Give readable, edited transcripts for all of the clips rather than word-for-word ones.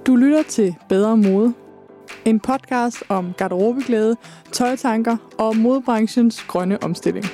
Du lytter til Bedre Mode. En podcast om garderobeglæde, tøjtanker og modebranchens grønne omstilling.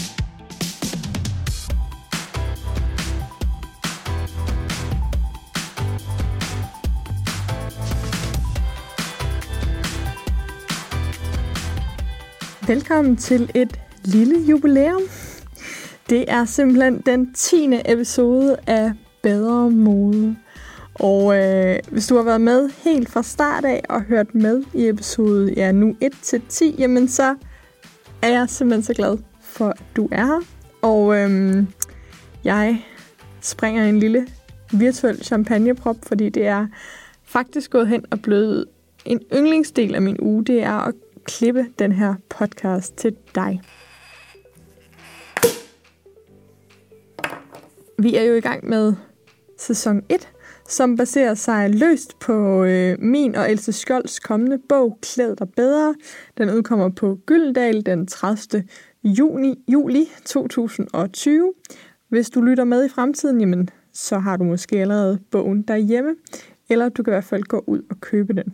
Velkommen til et lille jubilæum. Det er simpelthen den 10. episode af Bedre Mode. Og hvis du har været med helt fra start af og hørt med i episode nu 1-10, jamen så er jeg simpelthen så glad for, at du er her. Og jeg springer en lille virtuel champagneprop, fordi det er faktisk gået hen og blevet en yndlingsdel af min uge. Det er at klippe den her podcast til dig. Vi er jo i gang med sæson 1, som baserer sig løst på min og Else Skjolds kommende bog, Klæd dig bedre. Den udkommer på Gyldendal den 30. juli 2020. Hvis du lytter med i fremtiden, jamen, så har du måske allerede bogen derhjemme, eller du kan i hvert fald gå ud og købe den.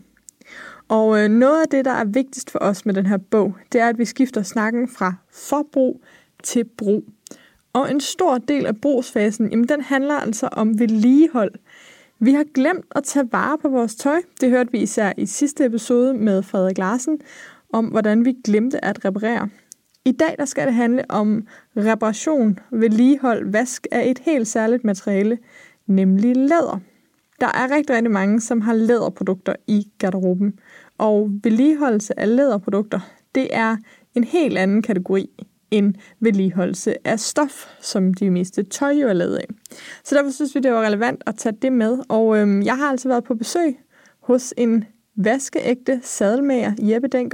Og noget af det, der er vigtigst for os med den her bog, det er, at vi skifter snakken fra forbrug til brug. Og en stor del af brugsfasen, jamen, den handler altså om vedligehold. Vi har glemt at tage vare på vores tøj. Det hørte vi især i sidste episode med Frederik Larsen, om hvordan vi glemte at reparere. I dag der skal det handle om reparation, vedligehold, vask af et helt særligt materiale, nemlig læder. Der er rigtig, rigtig mange, som har læderprodukter i garderoben. Og vedligeholdelse af læderprodukter, det er en helt anden kategori end vedligeholdelse af stof, som de meste tøj jo er lavet af. Så derfor synes vi, det var relevant at tage det med. Og jeg har altså været på besøg hos en vaskeægte sadelmager, Jeppe Denker.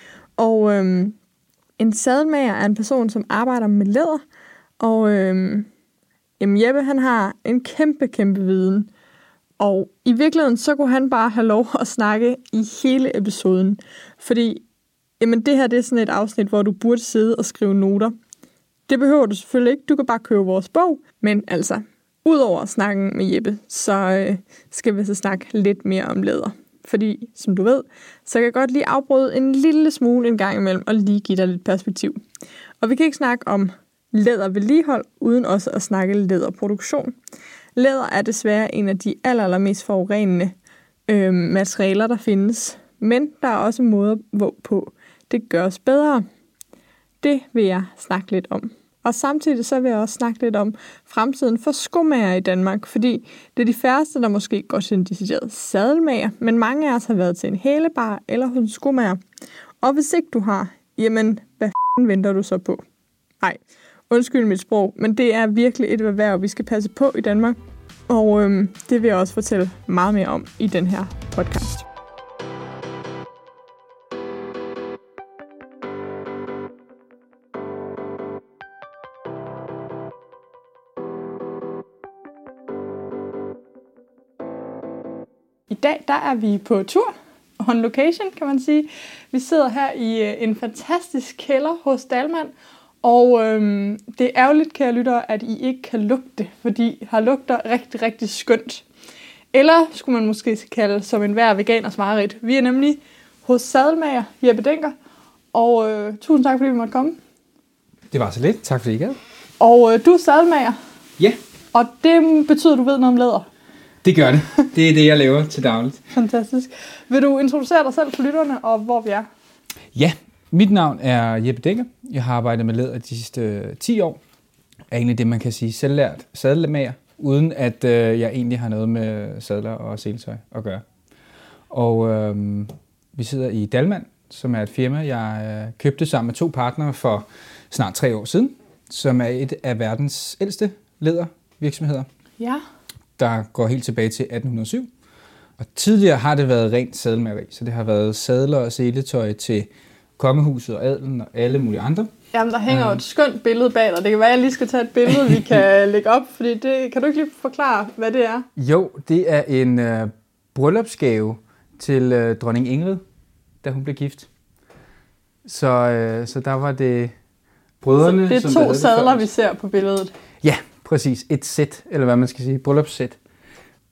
Og en sadelmager er en person, som arbejder med læder. Og Jeppe, han har en kæmpe viden. Og i virkeligheden, så kunne han bare have lov at snakke i hele episoden. Fordi det her det er sådan et afsnit, hvor du burde sidde og skrive noter. Det behøver du selvfølgelig ikke. Du kan bare købe vores bog. Men altså, udover snakken med Jeppe, så skal vi så snakke lidt mere om læder. Fordi, som du ved, så kan jeg godt lige afbryde en lille smule en gang imellem og lige give dig lidt perspektiv. Og vi kan ikke snakke om lædervedligehold, uden også at snakke læderproduktion. Læder er desværre en af de allermest forurenende materialer, der findes. Men der er også måder, hvorpå det gøres bedre. Det vil jeg snakke lidt om. Og samtidig så vil jeg også snakke lidt om fremtiden for skomager i Danmark, fordi det er de færreste, der måske går til en decideret sadelmager, men mange af os har været til en hælebar eller hos en skomager. Og hvis ikke du har, jamen hvad venter du så på? Nej, undskyld mit sprog, men det er virkelig et erhverv, vi skal passe på i Danmark. Og det vil jeg også fortælle meget mere om i den her podcast. I dag der er vi på tur, on location kan man sige. Vi sidder her i en fantastisk kælder hos Dalman, og det er ærgerligt, kære lyttere, at I ikke kan lugte det, fordi her lugter rigtig, rigtig skønt. Eller skulle man måske kalde som enhver veganers mareridt. Vi er nemlig hos sadelmager Jeppe Denker, og tusind tak, fordi vi måtte komme. Det var så lidt. Tak fordi I gad. Og du er sadelmager. Ja. Og det betyder, at du ved noget om læder. Det gør det. Det er det, jeg laver til dagligt. Fantastisk. Vil du introducere dig selv for lytterne, og hvor vi er? Ja, mit navn er Jeppe Denker. Jeg har arbejdet med læder de sidste 10 år. Er egentlig det, man kan sige selvlært sadelmager, uden at jeg egentlig har noget med sadler og seletøj at gøre. Og vi sidder i Dalman, som er et firma, jeg købte sammen med 2 partnere for snart 3 år siden, som er et af verdens ældste lædervirksomheder. Ja. Der går helt tilbage til 1807. Og tidligere har det været rent sadelmageri, så det har været sadler og seletøj til kongehuset og adelen og alle mulige andre. Jamen, der hænger jo et skønt billede bag dig. Det kan være, at jeg lige skal tage et billede, vi kan lægge op, fordi det kan du ikke lige forklare, hvad det er? Jo, det er en bryllupsgave til dronning Ingrid, da hun blev gift. Så der var det brødrene, så det er 2 sadler, vi ser på billedet? Ja, præcis. Et sæt, eller hvad man skal sige, bryllupssæt.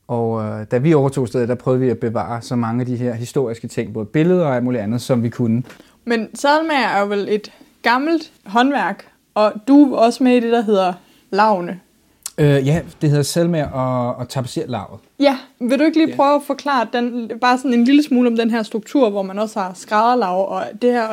Og da vi overtog stedet, der prøvede vi at bevare så mange af de her historiske ting, både billeder og alt muligt andet, som vi kunne. Men sadelmager er jo vel et gammelt håndværk, og du er også med i det, der hedder lavne. Ja, det hedder sadelmager og tapetserlavet. Ja, vil du ikke lige prøve at forklare den, bare sådan en lille smule om den her struktur, hvor man også har skrædderlav og det her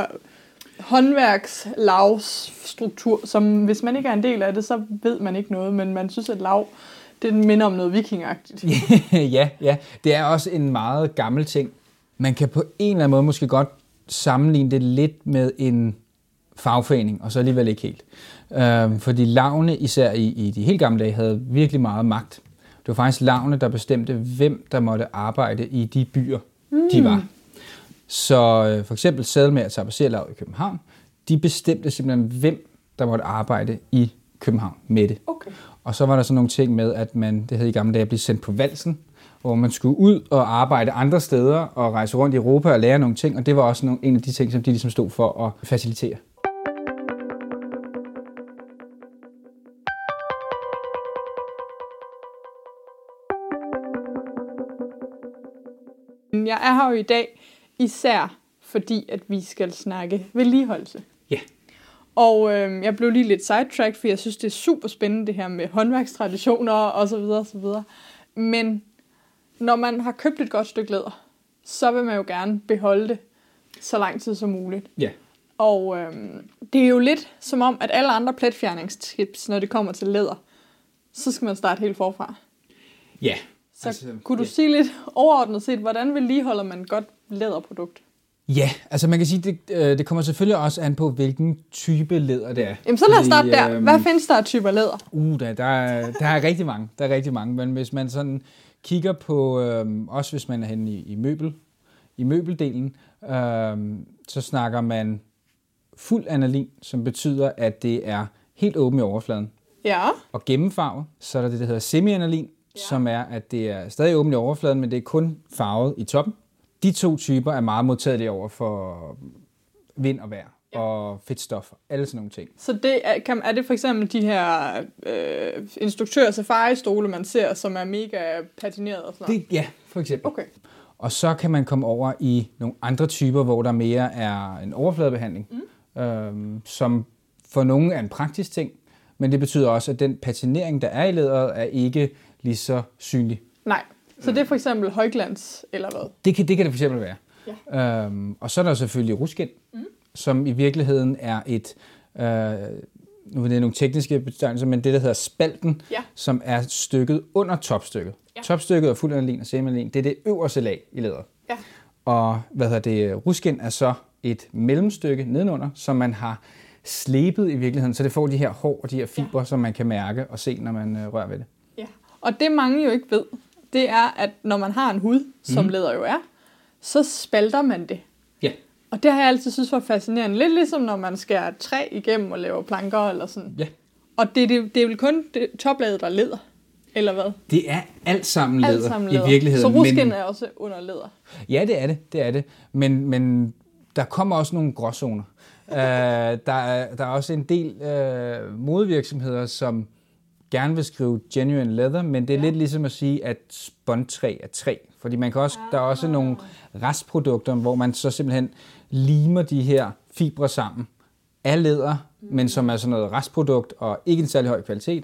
håndværkslavsstruktur, som hvis man ikke er en del af det, så ved man ikke noget, men man synes, at lav, det minder om noget vikingagtigt. Ja, det er også en meget gammel ting. Man kan på en eller anden måde måske godt sammenligne det lidt med en fagforening, og så alligevel ikke helt. Fordi lavne, især i de helt gamle dage, havde virkelig meget magt. Det var faktisk lavne, der bestemte, hvem der måtte arbejde i de byer, de var. Så for eksempel sadelmager og tapetserlavet i København, de bestemte simpelthen, hvem der måtte arbejde i København med det. Okay. Og så var der sådan nogle ting med, at man, det hed i gamle dage, at blive sendt på valsen, hvor man skulle ud og arbejde andre steder og rejse rundt i Europa og lære nogle ting, og det var også en af de ting, som de ligesom stod for at facilitere. Jeg er her jo i dag især fordi, at vi skal snakke vedligeholdelse. Ja. Og jeg blev lige lidt sidetracked, for jeg synes, det er super spændende det her med håndværkstraditioner og så videre, og så videre. Men når man har købt et godt stykke læder, så vil man jo gerne beholde det så lang tid som muligt. Ja. Og det er jo lidt som om, at alle andre pletfjerningstips, når det kommer til læder, så skal man starte helt forfra. Ja. Så kunne du sige lidt overordnet set, hvordan vedligeholder man et godt læderprodukt? Ja, altså man kan sige, det kommer selvfølgelig også an på, hvilken type læder det er. Jamen så lad os starte der. Hvad findes der af typer læder? Der er rigtig mange. Der er rigtig mange, men hvis man sådan kigger på, også hvis man er henne i møbeldelen, så snakker man fuld analin, som betyder, at det er helt åben i overfladen. Ja. Og gennemfarvet, så er der det, der hedder semi-analin, som er, at det er stadig åbent i overfladen, men det er kun farvet i toppen. De to typer er meget modtagelige over for vind og vejr og fedtstoffer, alle sådan nogle ting. Så det er det for eksempel de her instruktør safari-stole, man ser, som er mega patineret og sådan noget? Ja, for eksempel. Okay. Og så kan man komme over i nogle andre typer, hvor der mere er en overfladebehandling, som for nogle er en praktisk ting, men det betyder også, at den patinering, der er i læderet, er ikke lige så synlig. Nej. Så det er for eksempel højglans, eller hvad? Det kan det for eksempel være. Ja. Og så er der selvfølgelig ruskin, som i virkeligheden er et, nu er det nogle tekniske betegnelser, men det, der hedder spalten, som er stykket under topstykket. Ja. Topstykket er fuld analin og semi-analin, det er det øverste lag i læderet. Ja. Og ruskin er så et mellemstykke nedenunder, som man har slebet i virkeligheden, så det får de her hår og de her fibre, som man kan mærke og se, når man rører ved det. Ja. Og det mange jo ikke ved, det er, at når man har en hud, som læder jo er, så spalter man det. Ja. Og det har jeg altid synes var fascinerende. Lidt ligesom når man skærer et træ igennem og laver planker eller sådan. Ja. Og det er vel kun toplaget, der er læder, eller hvad? Det er alt sammen læder i virkeligheden. Så ruskin er også under læder? Ja, det er det. Men der kommer også nogle gråzoner. Der er også en del modevirksomheder, som gerne vil skrive genuine leather, men det er lidt ligesom at sige, at spåntræ er træ. Fordi man kan også, der er også nogle restprodukter, hvor man så simpelthen limer de her fibre sammen af læder, men som er sådan noget restprodukt og ikke en særlig høj kvalitet.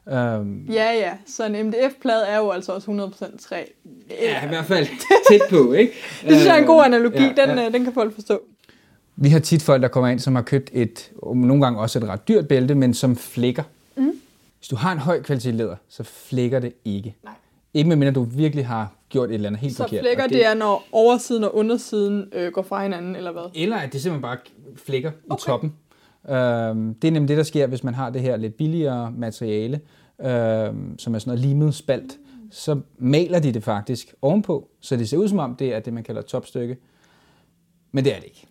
Ja, så en MDF-plade er jo altså også 100% træ. Ja, i hvert fald tæt på, ikke? Det synes jeg er en god analogi, den kan folk forstå. Vi har tit folk, der kommer ind, som har købt nogle gange også et ret dyrt bælte, men som flækker. Hvis du har en høj kvalitet læder, så flækker det ikke. Nej. Ikke medmindre du virkelig har gjort et eller andet helt forkert. Så flækker det er, når oversiden og undersiden går fra hinanden, eller hvad? Eller at det simpelthen bare flækker i toppen. Det er nemlig det, der sker, hvis man har det her lidt billigere materiale, som er sådan noget limet spalt. Så maler de det faktisk ovenpå, så det ser ud som om, det er det, man kalder topstykke. Men det er det ikke.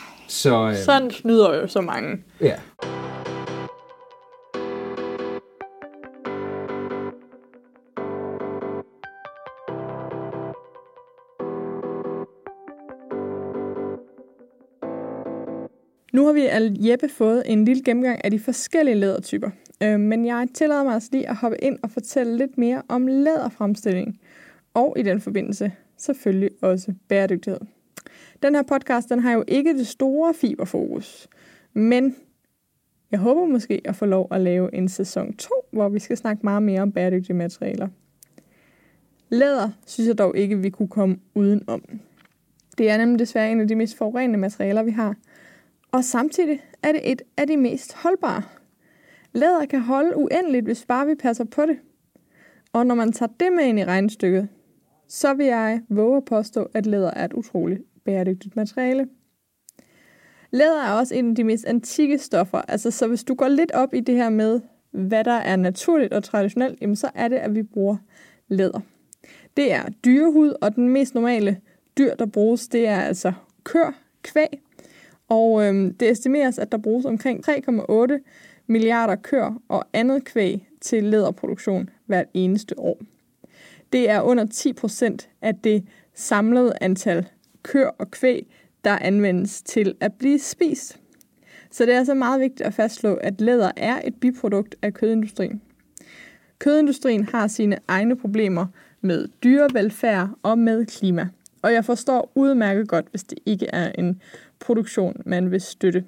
Sådan snyder jo så mange. Ja. Nu har vi af Jeppe fået en lille gennemgang af de forskellige lædertyper, men jeg tillader mig altså lige at hoppe ind og fortælle lidt mere om læderfremstilling. og i den forbindelse selvfølgelig også bæredygtighed. Den her podcast, den har jo ikke det store fiberfokus, men jeg håber måske at få lov at lave en sæson 2, hvor vi skal snakke meget mere om bæredygtige materialer. Læder synes jeg dog ikke, vi kunne komme udenom. Det er nemlig desværre en af de mest forurenende materialer, vi har. Og samtidig er det et af de mest holdbare. Læder kan holde uendeligt, hvis bare vi passer på det. Og når man tager det med ind i regnestykket, så vil jeg våge at påstå, at læder er et utroligt bæredygtigt materiale. Læder er også en af de mest antikke stoffer. Så hvis du går lidt op i det her med, hvad der er naturligt og traditionelt, jamen så er det, at vi bruger læder. Det er dyrehud, og den mest normale dyr, der bruges, det er altså køer, kvæg. Og det estimeres, at der bruges omkring 3,8 milliarder køer og andet kvæg til læderproduktion hvert eneste år. Det er under 10% af det samlede antal køer og kvæg, der anvendes til at blive spist. Så det er altså meget vigtigt at fastslå, at læder er et biprodukt af kødindustrien. Kødindustrien har sine egne problemer med dyrevelfærd og med klima. Og jeg forstår udmærket godt, hvis det ikke er en produktion, man vil støtte.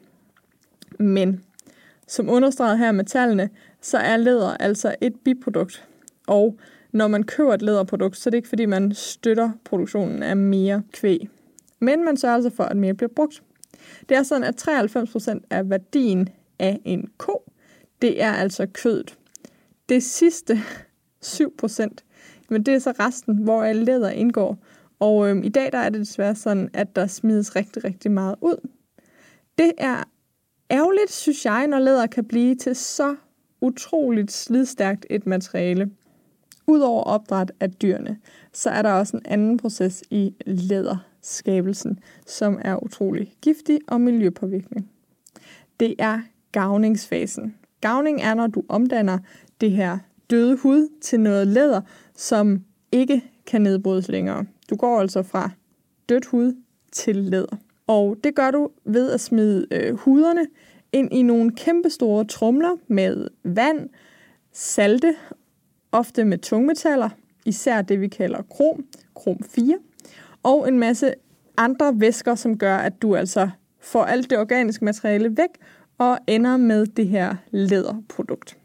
Men som understreget her med tallene, så er læder altså et biprodukt. Og når man køber et læderprodukt, så er det ikke fordi, man støtter produktionen af mere kvæg. Men man sørger altså for, at mere bliver brugt. Det er sådan, at 93% af værdien af en ko, det er altså kødet. Det sidste 7%, men det er så resten, hvor læder indgår. Og i dag der er det desværre sådan, at der smides rigtig, rigtig meget ud. Det er ærgerligt, synes jeg, når læder kan blive til så utroligt slidstærkt et materiale. Udover opdræt af dyrene, så er der også en anden proces i læderskabelsen, som er utrolig giftig og miljøpåvirkende. Det er garvningsfasen. Garvning er, når du omdanner det her døde hud til noget læder, som ikke kan nedbrydes længere. Du går altså fra dødt hud til læder. Og det gør du ved at smide huderne ind i nogle kæmpestore tromler med vand, salte, ofte med tungmetaller, især det vi kalder krom 4, og en masse andre væsker, som gør, at du altså får alt det organiske materiale væk og ender med det her læderprodukt.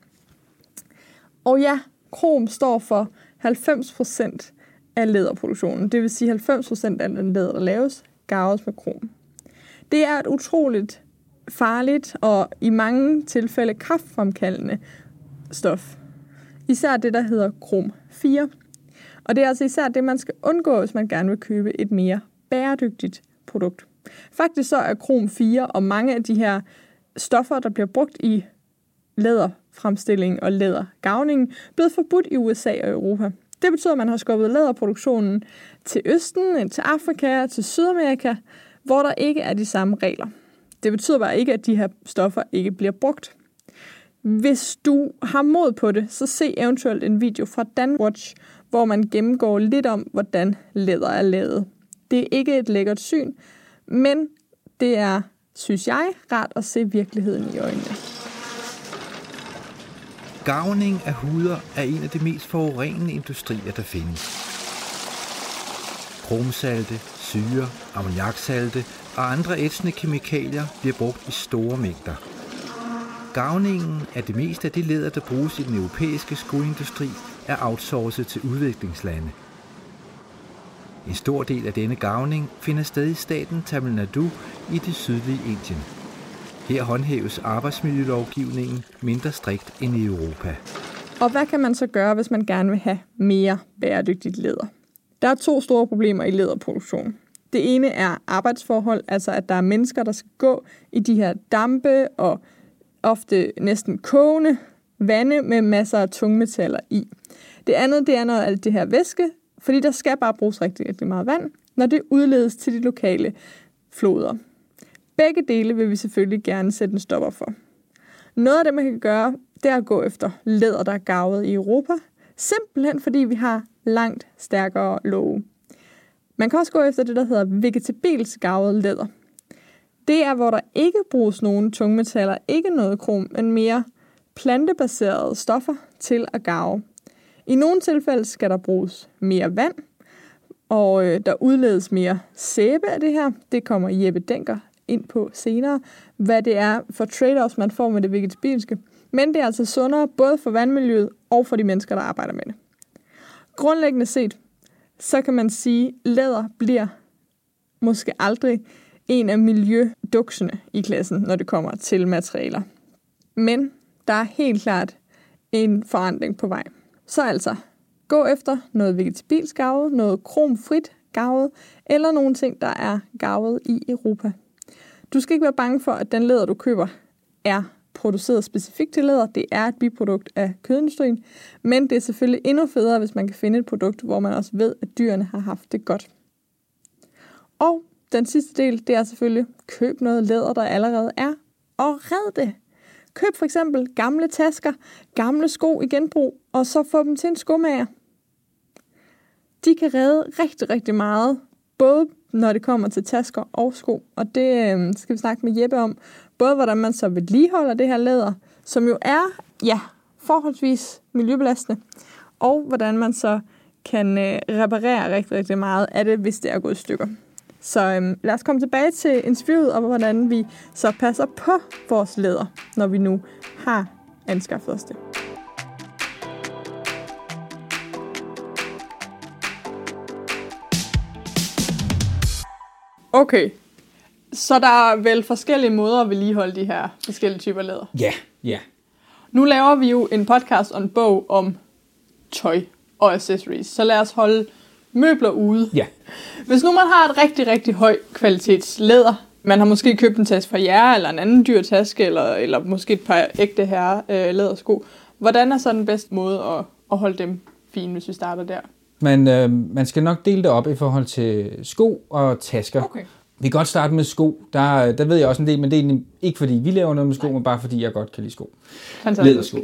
Og ja, krom står for 90% af læderproduktionen. Det vil sige 90% af den læder, der laves, garves med krom. Det er et utroligt farligt og i mange tilfælde kræftfremkaldende stof. Især det, der hedder krom 4. Og det er altså især det, man skal undgå, hvis man gerne vil købe et mere bæredygtigt produkt. Faktisk så er krom 4 og mange af de her stoffer, der bliver brugt i læderfremstilling og lædergarvning, blevet forbudt i USA og Europa. Det betyder, at man har skubbet læderproduktionen til Østen, til Afrika, til Sydamerika, hvor der ikke er de samme regler. Det betyder bare ikke, at de her stoffer ikke bliver brugt. Hvis du har mod på det, så se eventuelt en video fra Danwatch, hvor man gennemgår lidt om, hvordan læder er lavet. Det er ikke et lækkert syn, men det er, synes jeg, rart at se virkeligheden i øjnene. Garvning af huder er en af de mest forurenende industrier, der findes. Kromsalte, syre, ammoniaksalte og andre ætsende kemikalier bliver brugt i store mængder. Garvningen af det meste af de læder, der bruges i den europæiske skoindustri, er outsourcet til udviklingslande. En stor del af denne garvning finder sted i staten Tamil Nadu i det sydlige Indien. Her håndhæves arbejdsmiljølovgivningen mindre strikt end i Europa. Og hvad kan man så gøre, hvis man gerne vil have mere bæredygtigt læder? Der er 2 store problemer i læderproduktion. Det ene er arbejdsforhold, altså at der er mennesker, der skal gå i de her dampe og ofte næsten kogende vande med masser af tungmetaller i. Det andet, det er noget af det her væske, fordi der skal bare bruges rigtig, rigtig meget vand, når det udledes til de lokale floder. Begge dele vil vi selvfølgelig gerne sætte en stopper for. Noget af det, man kan gøre, det er at gå efter læder, der er garvet i Europa, simpelthen fordi vi har langt stærkere love. Man kan også gå efter det, der hedder vegetabilsk garvet læder. Det er, hvor der ikke bruges nogen tungmetaller, ikke noget krom, men mere plantebaserede stoffer til at garve. I nogle tilfælde skal der bruges mere vand, og der udledes mere sæbe af det her. Det kommer Jeppe Denker ind på senere, hvad det er for trade-offs, man får med det vegetabilske. Men det er altså sundere både for vandmiljøet og for de mennesker, der arbejder med det. Grundlæggende set, så kan man sige, at læder bliver måske aldrig en af miljøduksene i klassen, når det kommer til materialer. Men der er helt klart en forandring på vej. Så altså, gå efter noget vegetabilsk garvet, noget kromfrit garvet, eller nogle ting, der er garvet i Europa. Du skal ikke være bange for, at den læder, du køber, er produceret specifikt til læder. Det er et biprodukt af kødindustrien, men det er selvfølgelig endnu federe, hvis man kan finde et produkt, hvor man også ved, at dyrene har haft det godt. Og den sidste del, det er selvfølgelig, køb noget læder, der allerede er, og red det. Køb for eksempel gamle tasker, gamle sko i genbrug, og så få dem til en skomager. De kan redde rigtig, rigtig meget, både når det kommer til tasker og sko, og det skal vi snakke med Jeppe om. Både hvordan man så vedligeholder det her læder, som jo er forholdsvis miljøbelastende, og hvordan man så kan reparere rigtig, rigtig meget af det, hvis det er gået i stykker. Så lad os komme tilbage til interviewet om, hvordan vi så passer på vores læder, når vi nu har anskaffet os det. Okay, så der er vel forskellige måder at vedligeholde de her forskellige typer læder? Ja. Nu laver vi jo en podcast og en bog om tøj og accessories, så lad os holde møbler ude. Ja. Hvis nu man har et rigtig, rigtig høj kvalitets læder, man har måske købt en taske fra jer, eller en anden dyr taske, eller måske et par ægte herre lædersko, hvordan er så den bedste måde at holde dem fine, hvis vi starter der? Man skal nok dele det op i forhold til sko og tasker. Okay. Vi kan godt starte med sko. Der ved jeg også en del, men det er egentlig ikke fordi vi laver noget med sko, men bare fordi jeg godt kan lide sko. Fantastisk. Lædersko.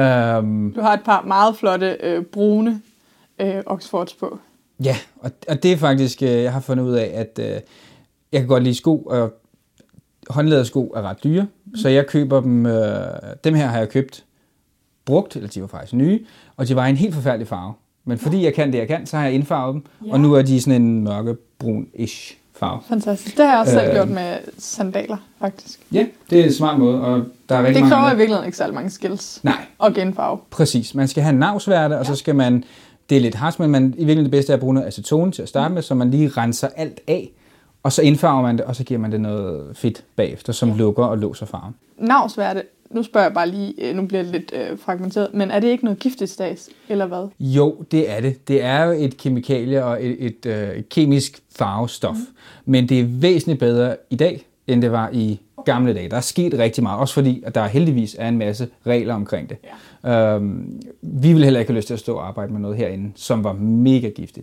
Du har et par meget flotte brune Oxfords på. Ja, og det er faktisk, jeg har fundet ud af, at jeg kan godt lide sko, og håndlædersko er ret dyre, så jeg køber dem, dem her har jeg købt brugt, eller de var faktisk nye, og de var i en helt forfærdelig farve. Men fordi jeg kan det, jeg kan, så har jeg indfarvet dem, og nu er de sådan en mørkebrun-ish farve. Fantastisk. Det har jeg også selv gjort med sandaler, faktisk. Ja, det er en smart måde, og der er rigtig det kræver i virkeligheden ikke særlig mange skills. Nej. Og genfarve. Præcis. Man skal have en navsværte, og så skal man, det er lidt hardt, men i virkeligheden det bedste er at bruge noget acetone til at starte med, så man lige renser alt af, og så indfarver man det, og så giver man det noget fedt bagefter, som lukker og låser farven. Navsværte, nu spørger jeg bare lige, nu bliver det lidt fragmenteret, men er det ikke noget giftigt stads, eller hvad? Jo, det er det. Det er jo et kemikalie og et kemisk farvestof, men det er væsentligt bedre i dag, end det var i gamle dage. Der er sket rigtig meget, også fordi at der heldigvis er en masse regler omkring det. Ja. Vi vil heller ikke have lyst til at stå og arbejde med noget herinde, som var mega giftigt.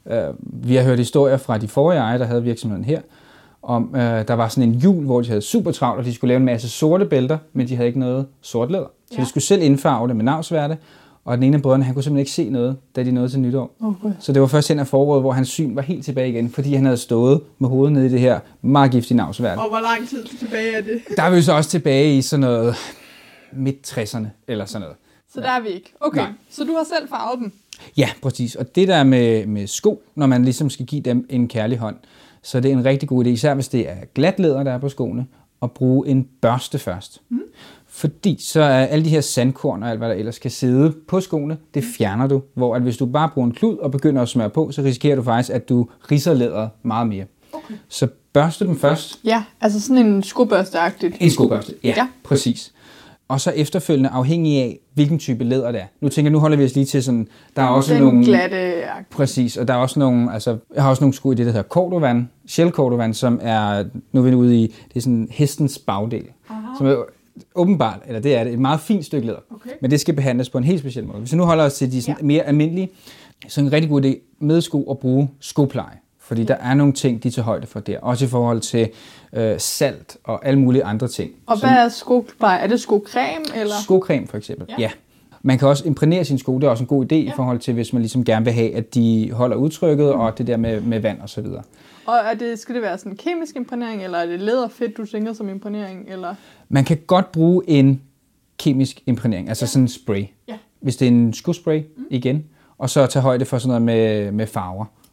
Vi har hørt historier fra de forrige ejere, der havde virksomheden her, om der var sådan en jul, hvor de havde super travlt, og de skulle lave en masse sorte bælter, men de havde ikke noget sort læder. Så de skulle selv indfarve det med navsværte, og den ene af brødrene, han kunne simpelthen ikke se noget, da de nåede til nytår. Okay. Så det var først hen ad foråret, hvor hans syn var helt tilbage igen, fordi han havde stået med hovedet nede i det her meget giftige navsværte. Og hvor lang tid tilbage er det? Der er vi så også tilbage i sådan noget midt-60'erne, eller sådan noget. Så der er vi ikke. Okay, nej. Så du har selv farvet dem? Ja, præcis. Og det der med sko, når man ligesom skal give dem en kærlig hånd, så det er en rigtig god idé, især hvis det er glat læder, der er på skoene, at bruge en børste først. Fordi så er alle de her sandkorn og alt, hvad der ellers kan sidde på skoene, det fjerner du. Hvor at hvis du bare bruger en klud og begynder at smøre på, så risikerer du faktisk, at du ridser læderet meget mere. Okay. Så børste dem først. Ja, altså sådan en skobørste-agtigt. En skobørste, ja, præcis. Og så efterfølgende afhængig af, hvilken type læder det er. Nu tænker jeg, nu holder vi os lige til sådan, der er også nogle glatte. Præcis, og der er også nogle, altså jeg har også nogle sko i det, der hedder Cordovan, Shell Cordovan, som er, nu er vi ude i, det er sådan hestens bagdel, som er åbenbart, eller det er det, et meget fint stykke læder, men det skal behandles på en helt speciel måde. Hvis vi nu holder os til de sådan mere almindelige, så er en rigtig god idé med sko at bruge skopleje. Fordi der er nogle ting, de tager højde for der. Også i forhold til salt og alle mulige andre ting. Og hvad er skopleje? Er det skocreme? Eller? Skocreme for eksempel, ja. Man kan også imprægnere sine sko. Det er også en god idé i forhold til, hvis man ligesom gerne vil have, at de holder udtrykket, og det der med vand og så videre. Og skal det være sådan en kemisk imprægnering, eller er det læderfedt, du tænker som imprægnering? Eller? Man kan godt bruge en kemisk imprægnering, altså sådan en spray. Ja. Hvis det er en skospray igen, og så tage højde for sådan noget med farver.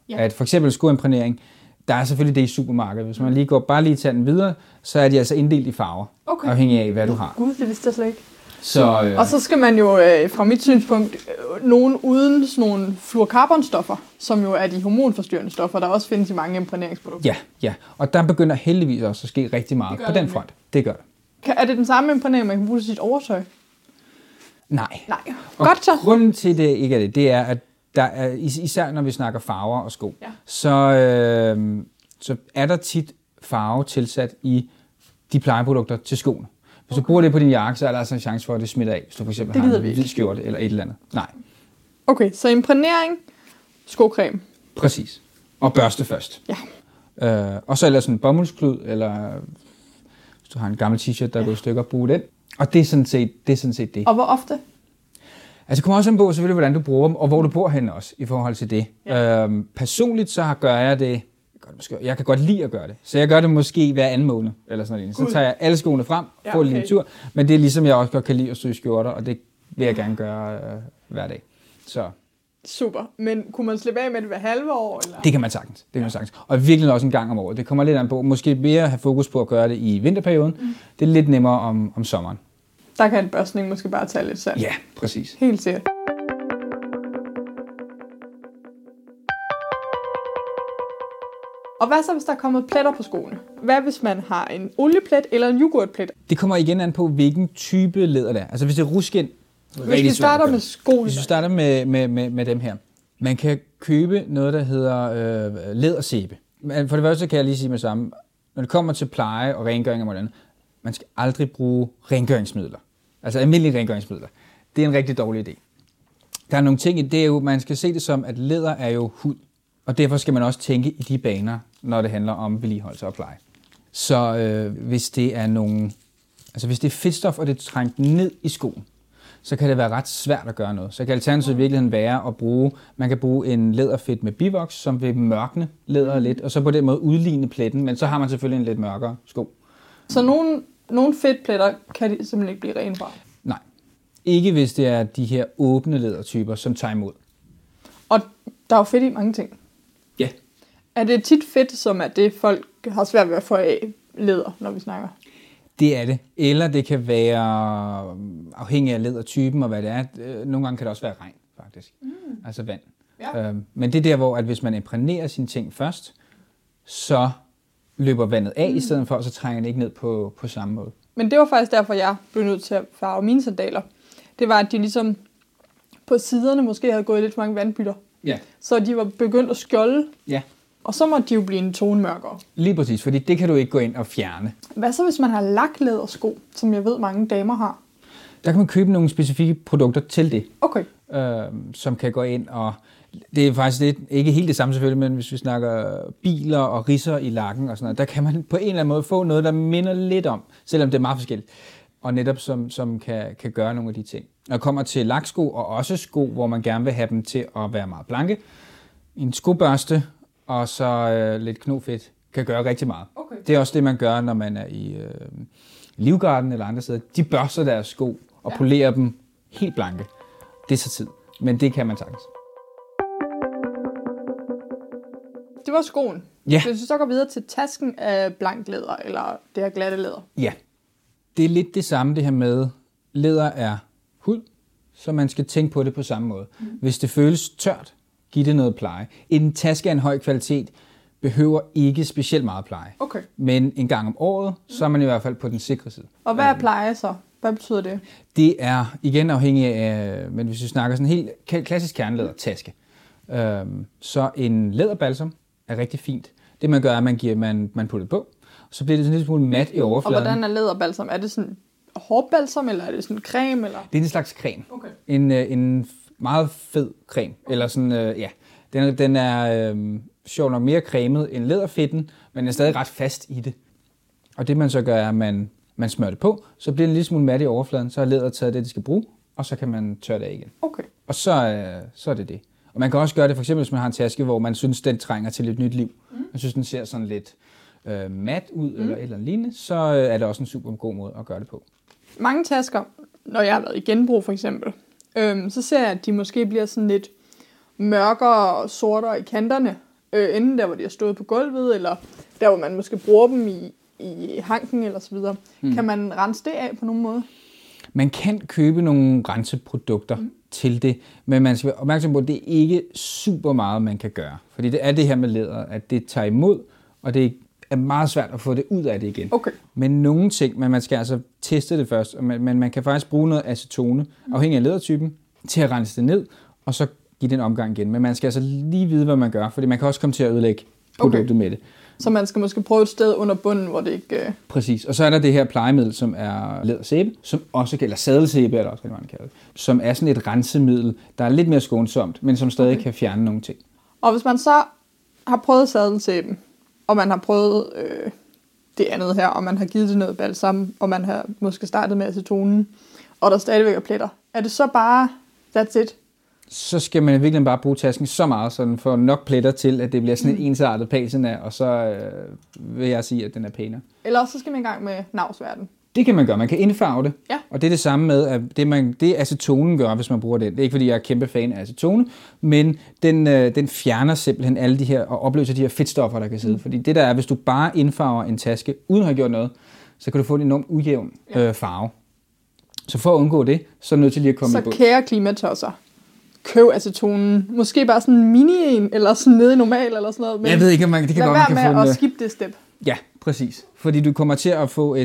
Ja. At for eksempel skoimprægnering, der er selvfølgelig det i supermarkedet. Hvis man bare lige tager den videre, så er de altså inddelt i farver, afhængig af, hvad du har. Gud, det vidste jeg slet ikke. Og så skal man jo, fra mit synspunkt, nogen uden sådan nogle fluorkarbonstoffer, som jo er de hormonforstyrrende stoffer, der også findes i mange imprægneringsprodukter. Ja. Og der begynder heldigvis også at ske rigtig meget på den front. Det gør det. Er det den samme imprægnering, man kan bruge til sit overtøj? Nej. Godt så. Grunden til det ikke er det er, at der er, især når vi snakker farver og sko, så er der tit farve tilsat i de plejeprodukter til skoene. Hvis du bruger det på din jakke, så er der altså en chance for, at det smitter af, hvis du for eksempel har en hvid skjorte eller et eller andet. Nej. Okay, så imprægnering, skocreme. Præcis. Og børste først. Ja. Og så ellers en bomuldsklud, eller hvis du har en gammel t-shirt, der er gået i stykker, brug den. Og det er sådan set det. Og hvor ofte? Altså det kommer også an på selvfølgelig, hvordan du bruger dem, og hvor du bor henne også, i forhold til det. Ja. Personligt så gør jeg det, jeg kan godt lide at gøre det, så jeg gør det måske hver anden måned, eller sådan noget. Så tager jeg alle skoene frem, får en lille tur, men det er ligesom jeg også godt kan lide at stryge skjorter, og det vil jeg gerne gøre hver dag. Så. Super, men kunne man slippe af med det hver halve år? Eller? Det kan man sagtens, og virkelig også en gang om året. Det kommer lidt an på, måske mere have fokus på at gøre det i vinterperioden, det er lidt nemmere om sommeren. Der kan en børstning måske bare tage lidt sand. Ja, præcis. Helt sikkert. Og hvad så, hvis der er kommet pletter på skoene? Hvad hvis man har en olieplet eller en yoghurtplet? Det kommer igen an på, hvilken type læder det er. Altså hvis det er ruskin, hvis vi starter med skoene. Hvis vi starter med dem her. Man kan købe noget, der hedder lædersæbe. For det første kan jeg lige sige med samme. Når det kommer til pleje og rengøring og hvordan, man skal aldrig bruge rengøringsmidler. Altså almindelige rengøringsmidler. Det er en rigtig dårlig idé. Der er nogle ting i det, jo, man skal se det som, at læder er jo hud. Og derfor skal man også tænke i de baner, når det handler om vedligeholdelse og pleje. Så hvis det er hvis det er fedtstof, og det er trængt ned i skoen, så kan det være ret svært at gøre noget. Så kan alternativet i virkeligheden være at man kan bruge en læderfedt med bivoks, som vil mørkne læderet lidt, og så på den måde udligne pletten, men så har man selvfølgelig en lidt mørkere sko. Så nogle fedtpletter kan de simpelthen ikke blive rene fra? Nej. Ikke hvis det er de her åbne lædertyper, som tager imod. Og der er jo fedt i mange ting. Ja. Er det tit fedt, som er det, folk har svært ved at få af læder, når vi snakker? Det er det. Eller det kan være afhængig af lædertypen og hvad det er. Nogle gange kan det også være regn, faktisk. Altså vand. Ja. Men det er der, hvor at hvis man imprægnerer sine ting først, så løber vandet af i stedet for, og så trænger det ikke ned på samme måde. Men det var faktisk derfor, jeg blev nødt til at farve mine sandaler. Det var, at de ligesom på siderne måske havde gået lidt for mange vandbytter. Ja. Så de var begyndt at skjolde. Ja. Og så må de jo blive en tone mørkere. Lige præcis, fordi det kan du ikke gå ind og fjerne. Hvad så, hvis man har laklædersko, som jeg ved mange damer har? Der kan man købe nogle specifikke produkter til det. Okay. Som kan gå ind og... Det er faktisk ikke helt det samme selvfølgelig, men hvis vi snakker biler og ridser i lakken og sådan noget, der kan man på en eller anden måde få noget, der minder lidt om, selvom det er meget forskelligt. Og netop som kan gøre nogle af de ting. Når det kommer til laksko og også sko, hvor man gerne vil have dem til at være meget blanke, en skobørste og så lidt knofedt kan gøre rigtig meget. Okay. Det er også det, man gør, når man er i Livgarden eller andre steder. De børster deres sko og polerer dem helt blanke. Det tager tid, men det kan man sagtens. Det var skoen. Ja. Hvis vi så går videre til tasken af blankt læder, eller det her glatte læder. Ja. Det er lidt det samme, det her med, læder er hud, så man skal tænke på det på samme måde. Hvis det føles tørt, giv det noget pleje. En taske af en høj kvalitet behøver ikke specielt meget pleje. Okay. Men en gang om året, så er man i hvert fald på den sikre side. Og hvad er pleje så? Hvad betyder det? Det er igen afhængig af, men hvis vi snakker sådan en helt klassisk kernelædertaske, så en læderbalsam er rigtig fint. Det man gør, er, at man putter det på, og så bliver det sådan lidt smule mat i overfladen. Og hvordan er læderbalsam? Er det sådan hårbalsam, eller er det sådan creme? Eller? Det er en slags creme. Okay. En meget fed creme. Eller sådan, den er sjovt nok mere cremet end læderfedten, men er stadig ret fast i det. Og det man så gør, er, at man smører det på, så bliver det en lille smule mat i overfladen, så har læderet taget det skal bruge, og så kan man tørre det af igen. Okay. Og så er det det. Og man kan også gøre det, for eksempel hvis man har en taske, hvor man synes, den trænger til et nyt liv. Man synes, den ser sådan lidt mat ud, eller et eller andet lignende, så er det også en super god måde at gøre det på. Mange tasker, når jeg har været i genbrug for eksempel, så ser jeg, at de måske bliver sådan lidt mørkere og sortere i kanterne. enten der, hvor de har stået på gulvet, eller der, hvor man måske bruger dem i hanken eller så videre. Kan man rense det af på nogen måde? Man kan købe nogle renseprodukter til det, men man skal være opmærksom på, at det ikke super meget, man kan gøre. Fordi det er det her med læder, at det tager imod, og det er meget svært at få det ud af det igen. Okay. Men nogle ting, men man skal altså teste det først, men man kan faktisk bruge noget acetone, afhængig af lædertypen, til at rense det ned, og så give det en omgang igen. Men man skal altså lige vide, hvad man gør, fordi man kan også komme til at ødelægge produktet med det. Så man skal måske prøve et sted under bunden, hvor det ikke... Præcis. Og så er der det her plejemiddel, som er lædersæbe, som også eller sadelsæbe, eller også kan man kalde det, som er sådan et rensemiddel, der er lidt mere skånsomt, men som stadig kan fjerne nogle ting. Og hvis man så har prøvet sadelsæben, og man har prøvet det andet her, og man har givet det noget balsam, og man har måske startet med acetonen, og der stadigvæk er pletter, er det så bare that's it? Så skal man virkelig bare bruge tasken så meget, så den får nok pletter til, at det bliver sådan en ensartet patina, og så vil jeg sige, at den er pænere. Eller så skal man i gang med navsverden. Det kan man gøre. Man kan indfarve det. Ja. Og det er det samme med, at det acetonen gør, hvis man bruger den. Det er ikke, fordi jeg er kæmpe fan af acetone, men den fjerner simpelthen alle de her, og opløser de her fedtstoffer, der kan sidde. Fordi det der er, hvis du bare indfarver en taske, uden at have gjort noget, så kan du få en enormt ujævn farve. Så for at undgå det, så er du nødt til lige at komme i bund. Så kære klimatosser, køb acetonen. Måske bare sådan en mini-en, eller sådan nede i normal, eller sådan noget. Men jeg ved ikke, om man det kan godt, man kan få lad være med at skippe det step. Ja, præcis. Fordi du kommer til at få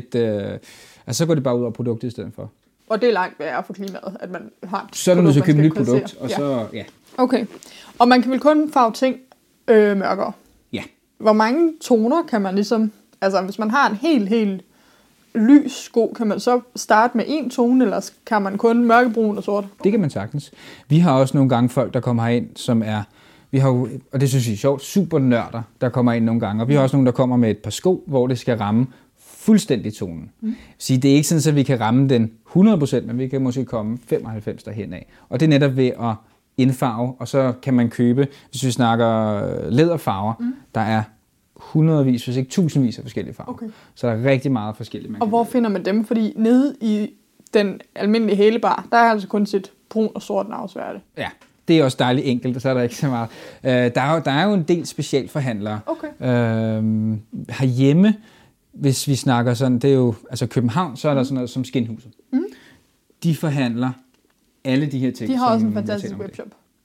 så går det bare ud af produktet i stedet for. Og det er langt værre for klimaet, at man har... Så er du nødt til at købe et nyt produkt, og så, Okay. Og man kan vel kun farve ting mørkere? Ja. Hvor mange toner kan man ligesom... Altså, hvis man har en helt lys sko, kan man så starte med en tone, eller kan man kun mørkebrun og sort? Det kan man sagtens. Vi har også nogle gange folk, der kommer herind, som er... Vi har jo, og det synes vi er sjovt, super nørder, der kommer ind nogle gange. Og vi har også nogle, der kommer med et par sko, hvor det skal ramme fuldstændig tonen. Så det er ikke sådan, at vi kan ramme den 100%, men vi kan måske komme 95 derhen af. Og det er netop ved at indfarve, og så kan man købe, hvis vi snakker læderfarver, der er hundredvis, hvis ikke tusindvis af forskellige farver. Okay. Så der er rigtig meget forskellige. Og hvor finder man dem? Fordi nede i den almindelige hælebar, der er altså kun set brun og sort navsværte. Ja. Det er også dejligt enkelt, og så er der ikke så meget. Der er jo en del specialforhandlere. Okay. Herhjemme, hvis vi snakker sådan, det er jo, altså København, så er der sådan noget som Skinhuset. De forhandler alle de her ting. De har også en fantastisk webshop.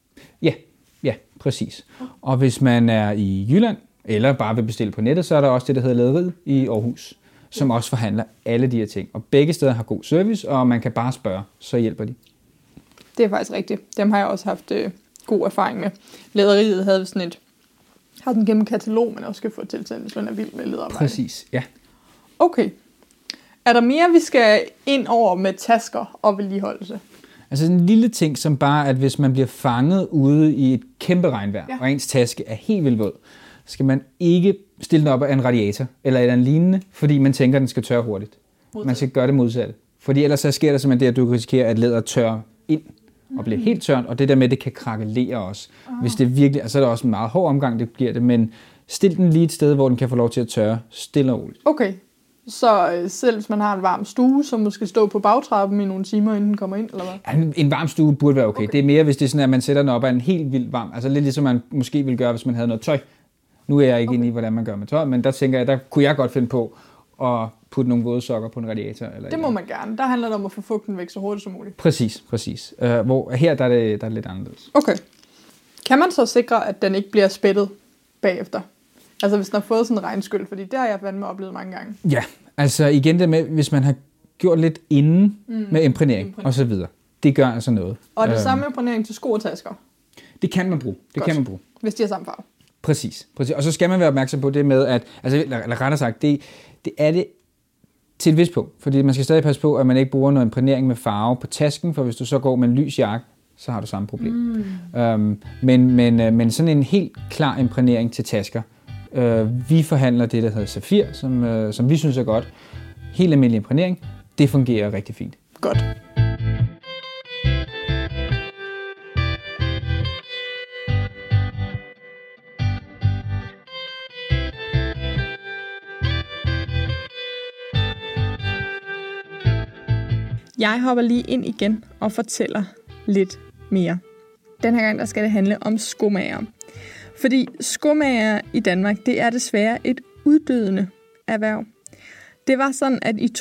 Ja, præcis. Okay. Og hvis man er i Jylland, eller bare vil bestille på nettet, så er der også det, der hedder Læderiet i Aarhus, som også forhandler alle de her ting. Og begge steder har god service, og man kan bare spørge, så hjælper de. Det er faktisk rigtigt. Dem har jeg også haft god erfaring med. Læderiet havde sådan har den gennem katalog, man også skal få tilsendt, hvis man er vild med læderarbejde. Præcis, ja. Okay. Er der mere, vi skal ind over med tasker og vedligeholdelse? Altså en lille ting, som bare, at hvis man bliver fanget ude i et kæmpe regnvejr, og ens taske er helt vildt våd, skal man ikke stille den op af en radiator eller et eller andet lignende, fordi man tænker, at den skal tørre hurtigt. Man skal gøre det modsatte. Fordi ellers så sker der simpelthen det, at du risikerer, at læder tørrer ind og bliver helt tørt, og det der med, det kan krakelere også. Hvis det virkelig, altså er der også en meget hård omgang, det giver det, men stil den lige et sted, hvor den kan få lov til at tørre stille og roligt. Okay, så selv hvis man har en varm stue, så måske stå på bagtrappen i nogle timer, inden den kommer ind, eller hvad? Ja, en varm stue burde være okay. Det er mere, hvis det er sådan, at man sætter den op af en helt vildt varm, altså lidt ligesom man måske ville gøre, hvis man havde noget tøj. Nu er jeg ikke inde i, hvordan man gør med tøj, men der tænker jeg, der kunne jeg godt finde på at putte nogle våde sokker på en radiator. Eller det må man gerne. Der handler det om at få fugten væk så hurtigt som muligt. Præcis. Hvor her der er det lidt anderledes. Okay. Kan man så sikre, at den ikke bliver spættet bagefter? Altså hvis den har fået sådan en regnskyld, fordi det har jeg fandme oplevet mange gange. Ja, altså igen det med, hvis man har gjort lidt inden med imprægnering og så videre. Det gør altså noget. Og det samme imprægnering til sko og tasker? Det kan man bruge. Hvis de har samme farve? Præcis. Og så skal man være opmærksom på det med, at, altså eller rettere sagt, det er det til et vist punkt. Fordi man skal stadig passe på, at man ikke bruger noget imprægnering med farve på tasken, for hvis du så går med en lys jakke, så har du samme problem. Men sådan en helt klar imprægnering til tasker. Vi forhandler det, der hedder Safir, som vi synes er godt. Helt almindelig imprægnering. Det fungerer rigtig fint. Godt. Jeg hopper lige ind igen og fortæller lidt mere. Den her gang der skal det handle om skomager. Fordi skomager i Danmark, det er desværre et uddødende erhverv. Det var sådan, at i